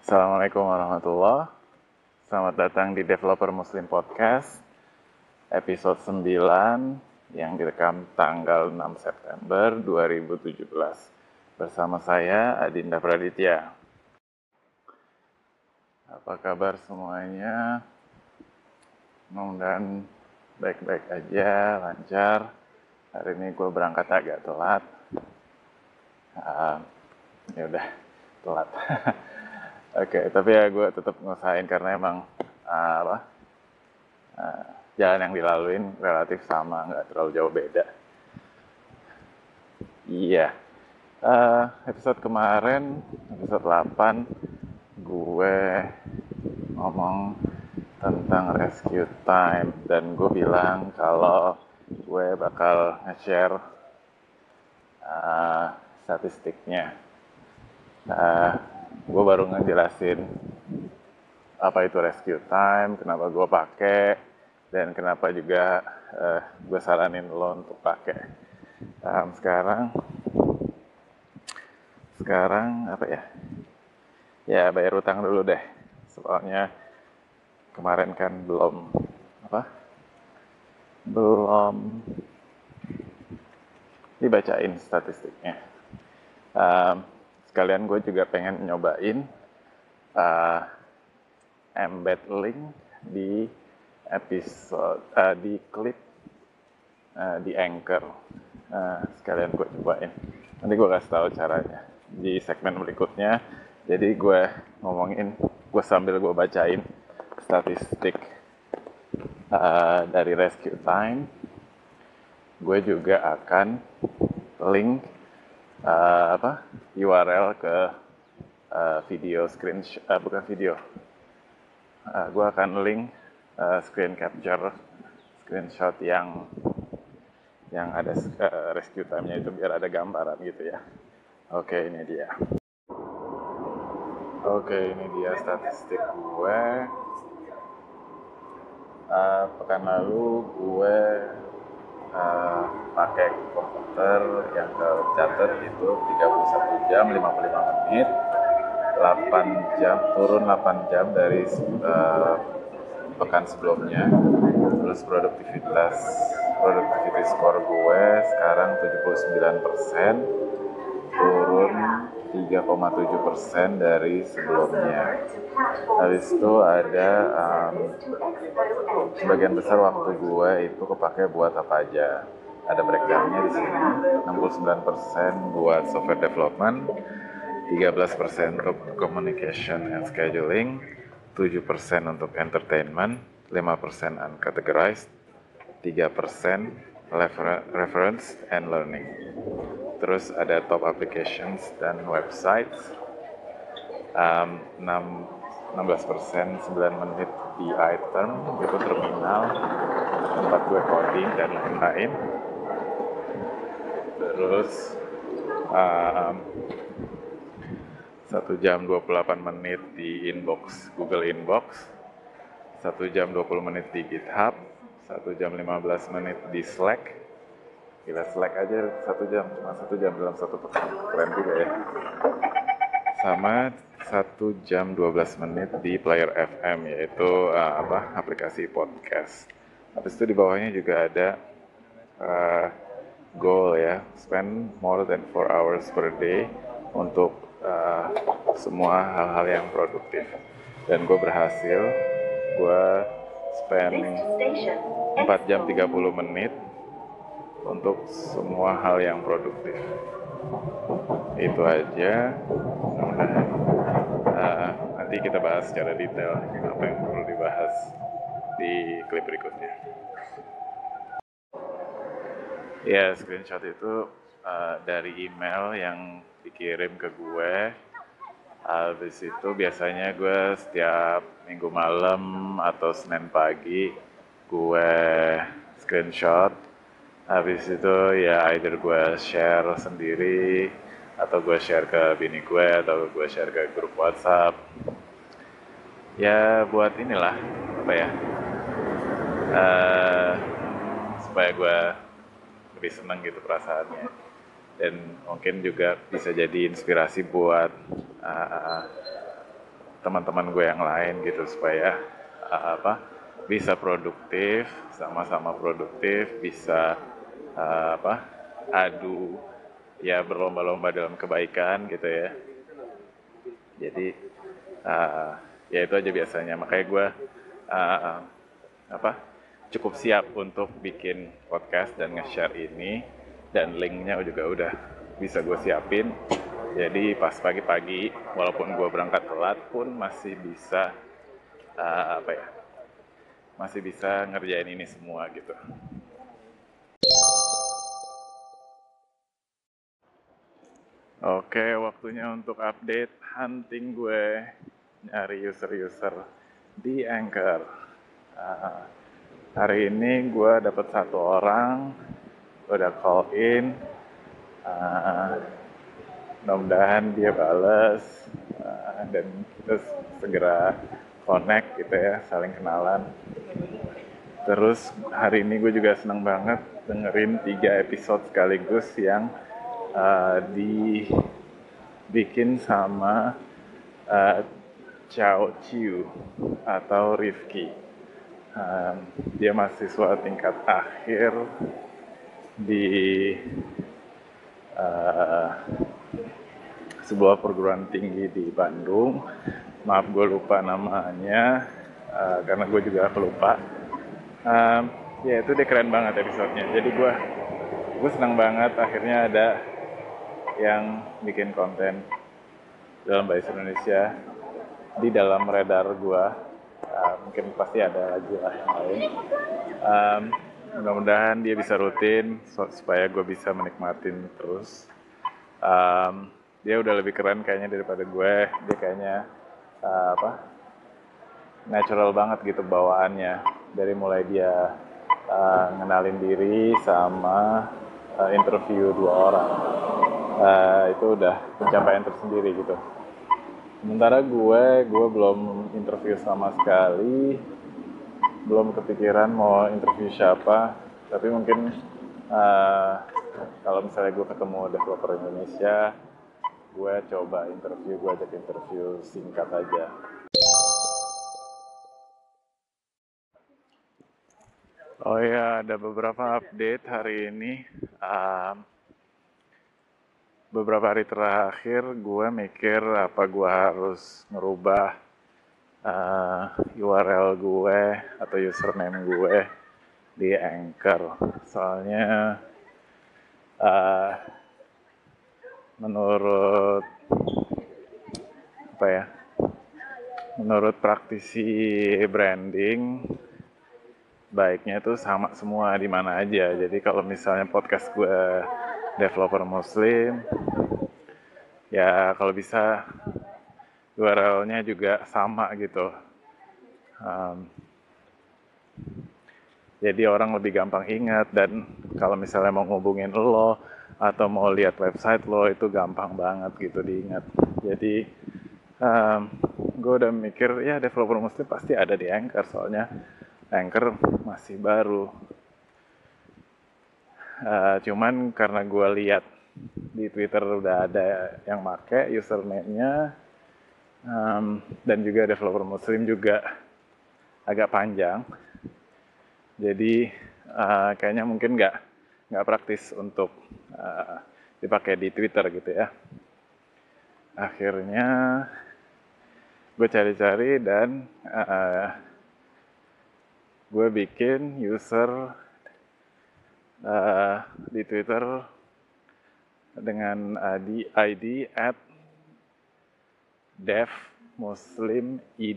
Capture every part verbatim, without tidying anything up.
Assalamualaikum warahmatullahi wabarakatuh. Selamat datang di Developer Muslim Podcast, episode sembilan yang direkam tanggal enam September dua ribu tujuh belas. Bersama saya, Adinda Praditya. Apa kabar semuanya? Mudah-mudahan baik-baik aja, lancar. Hari ini gue berangkat agak telat. Uh, ya udah, telat. Oke, okay, tapi ya gue tetap ngusahain karena emang uh, apa uh, jalan yang dilaluin relatif sama, nggak terlalu jauh beda. Iya, uh, episode kemarin, episode delapan, gue ngomong tentang rescue time dan gue bilang kalau gue bakal nge-share uh, statistiknya. Uh, gue baru ngejelasin apa itu rescue time, kenapa gue pakai, dan kenapa juga uh, gue saranin lo untuk pakai. Um, sekarang, sekarang apa ya? Ya bayar utang dulu deh, soalnya kemarin kan belum apa? Belum dibacain statistiknya. Um, sekalian gue juga pengen nyobain uh, embed link di episode uh, di klip uh, di Anchor. Uh, sekalian gue cobain. Nanti gue kasih tahu caranya di segmen berikutnya. Jadi gue ngomongin, gue sambil gue bacain statistik uh, dari rescue time. Gue juga akan link uh, apa U R L ke uh, video screenshot, uh, bukan video. Uh, gue akan link uh, screen capture, screenshot yang yang ada uh, rescue time-nya itu biar ada gambaran gitu ya. Oke, ini dia. Oke, ini dia statistik gue. Uh, pekan lalu gue uh, pakai komputer yang tercatat itu tiga puluh satu jam lima puluh lima menit, delapan jam, turun delapan jam dari uh, pekan sebelumnya. Terus produktivitas productivity score gue sekarang tujuh puluh sembilan persen, turun tiga koma tujuh persen dari sebelumnya. Habis itu ada um, sebagian besar waktu gue itu kepake buat apa aja. Ada breakdown-nya di sini. enam puluh sembilan persen buat software development, tiga belas persen untuk communication and scheduling, tujuh persen untuk entertainment, lima persen uncategorized, tiga persen reference and learning. Terus ada top applications dan websites, um, enam belas persen sembilan menit di item, itu terminal, tempat gue coding dan lain-lain. Terus um, satu jam dua puluh delapan menit di inbox, Google Inbox, satu jam dua puluh menit di GitHub, satu jam lima belas menit di Slack. Gila, Slack aja satu jam, cuma satu jam dalam satu pekan, keren juga ya. Sama satu jam dua belas menit di Player F M, yaitu uh, apa aplikasi podcast. Habis itu di bawahnya juga ada uh, goal ya, spend more than four hours per day untuk uh, semua hal-hal yang produktif. Dan gue berhasil, gue spend empat jam tiga puluh menit untuk semua hal yang produktif. Itu aja. Mudah-mudahan uh, nanti kita bahas secara detail apa yang perlu dibahas di klip berikutnya. Ya, screenshot itu uh, dari email yang dikirim ke gue. Habis itu biasanya gue setiap minggu malam atau Senin pagi gue screenshot. Habis itu ya either gue share sendiri atau gue share ke bini gue atau gue share ke grup WhatsApp. Ya buat inilah apa ya, uh, supaya gue lebih seneng gitu perasaannya. Dan mungkin juga bisa jadi inspirasi buat uh, teman-teman gue yang lain gitu supaya uh, apa bisa produktif, sama-sama produktif, bisa uh, apa adu ya berlomba-lomba dalam kebaikan gitu ya. Jadi uh, ya itu aja biasanya, makanya gue uh, apa cukup siap untuk bikin podcast dan nge-share ini, dan linknya juga udah bisa gue siapin. Jadi pas pagi-pagi walaupun gue berangkat telat pun masih bisa uh, apa ya masih bisa ngerjain ini semua gitu. Oke, waktunya untuk update hunting gue nyari user-user di Anchor. Uh, hari ini gue dapet satu orang, udah call in. Uh, mudah-mudahan dia bales uh, dan kita segera connect gitu ya, saling kenalan. Terus hari ini gue juga seneng banget dengerin tiga episode sekaligus yang uh, dibikin sama uh, Chao Chiu atau Rifki. Um, dia mahasiswa tingkat akhir di uh, sebuah perguruan tinggi di Bandung. Maaf gue lupa namanya uh, karena gue juga lupa. Um, ya itu dia keren banget episodenya. Jadi gue gue senang banget akhirnya ada yang bikin konten dalam bahasa Indonesia di dalam radar gue. Uh, mungkin pasti ada lagi lah yang lain. Um, mudah-mudahan dia bisa rutin so, supaya gue bisa menikmatin terus. Um, dia udah lebih keren kayaknya daripada gue. Dia kayaknya uh, apa natural banget gitu bawaannya, dari mulai dia uh, ngenalin diri sama uh, interview dua orang. Uh, itu udah pencapaian tersendiri gitu. Sementara gue, gue belum interview sama sekali, belum kepikiran mau interview siapa, tapi mungkin uh, kalau misalnya gue ketemu developer Indonesia, gue coba interview, gue ajak interview singkat aja. Oh ya, ada beberapa update hari ini. Um, beberapa hari terakhir gue mikir apa gue harus ngerubah uh, U R L gue atau username gue di Anchor. Soalnya uh, menurut apa ya? Menurut praktisi branding, baiknya itu sama semua di mana aja. Jadi kalau misalnya podcast gue developer muslim, ya kalau bisa U R L-nya juga sama gitu. Um, jadi orang lebih gampang ingat, dan kalau misalnya mau ngubungin lo atau mau lihat website lo itu gampang banget gitu diingat. Jadi um, gue udah mikir ya developer muslim pasti ada di Anchor, soalnya Anchor masih baru. Uh, cuman karena gue lihat di Twitter udah ada yang make username-nya, um, dan juga developer muslim juga agak panjang. Jadi uh, kayaknya mungkin nggak nggak praktis untuk uh, dipakai di Twitter gitu ya. Akhirnya gue cari-cari dan uh, gue bikin user uh, di Twitter dengan uh, di I D at devmuslimid,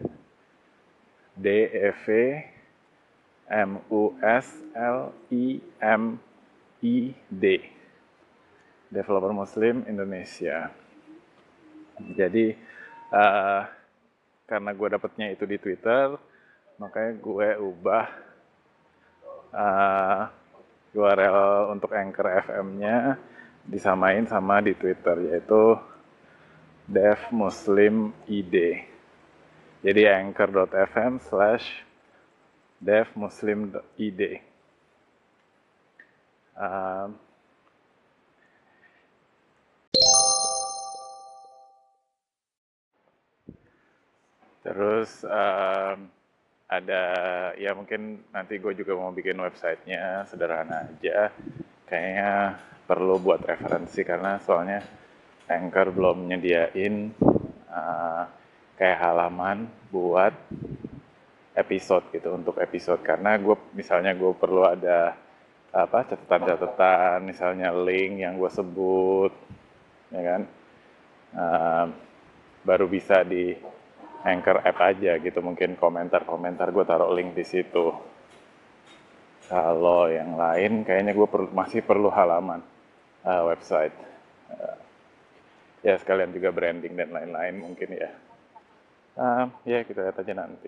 D E V M U S L I M I D, developer muslim Indonesia. Jadi uh, karena gue dapetnya itu di Twitter, makanya gue ubah uh, U R L untuk Anchor F M-nya disamain sama di Twitter, yaitu devmuslimid. Jadi anchor.fm slash devmuslimid. Um, Terus um, ada ya mungkin nanti gue juga mau bikin websitenya sederhana aja. Kayaknya perlu buat referensi karena soalnya Anchor belum nyediain uh, kayak halaman buat episode gitu untuk episode karena gue misalnya gue perlu ada apa catatan-catatan misalnya link yang gue sebut ya kan uh, baru bisa di Anchor app aja gitu mungkin komentar-komentar gue taruh link di situ. Kalau yang lain kayaknya gue perlu, masih perlu halaman uh, website uh, ya sekalian juga branding dan lain-lain mungkin ya. Uh, ya kita lihat aja nanti.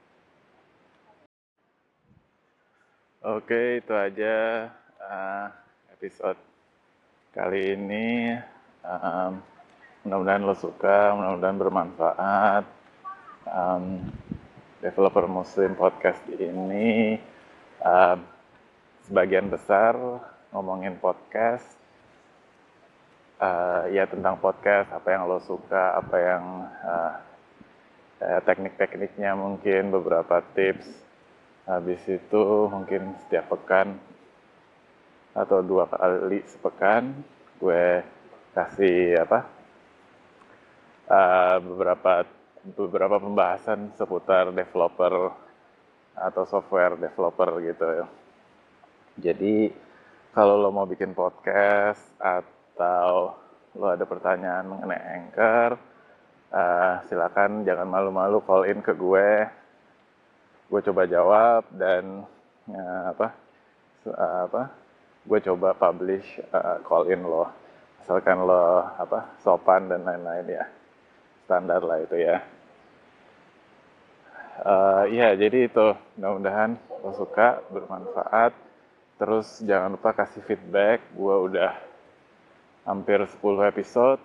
Oke itu aja uh, episode kali ini. Um, mudah-mudahan lo suka, mudah-mudahan bermanfaat. Um, developer Muslim podcast ini uh, sebagian besar ngomongin podcast, uh, ya tentang podcast, apa yang lo suka, apa yang uh, uh, teknik-tekniknya mungkin, beberapa tips. Habis itu mungkin setiap pekan atau dua kali sepekan gue kasih apa uh, beberapa beberapa pembahasan seputar developer atau software developer gitu ya. Jadi kalau lo mau bikin podcast atau lo ada pertanyaan mengenai Anchor, uh, silakan jangan malu-malu call in ke gue. Gue coba jawab dan uh, apa uh, apa gue coba publish uh, call in lo. Asalkan lo apa sopan dan lain-lain ya. Standar lah itu ya. Uh, ya jadi itu mudah-mudahan lo suka, bermanfaat. Terus jangan lupa kasih feedback. Gue udah hampir sepuluh episode.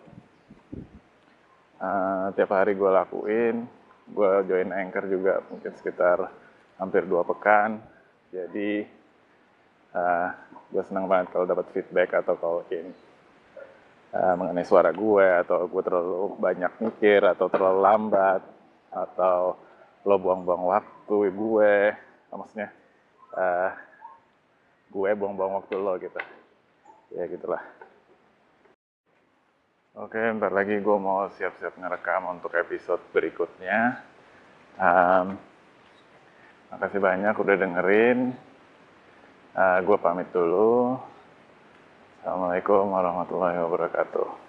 Uh, tiap hari gue lakuin. Gue join Anchor juga mungkin sekitar hampir dua pekan. Jadi uh, gue senang banget kalau dapat feedback atau call in uh, mengenai suara gue atau gue terlalu banyak mikir atau terlalu lambat atau lo buang-buang waktu gue, maksudnya uh, gue buang-buang waktu lo gitu, ya gitulah. Oke, ntar lagi gue mau siap-siap ngerekam untuk episode berikutnya. Um, makasih banyak udah dengerin. Uh, gue pamit dulu. Assalamualaikum warahmatullahi wabarakatuh.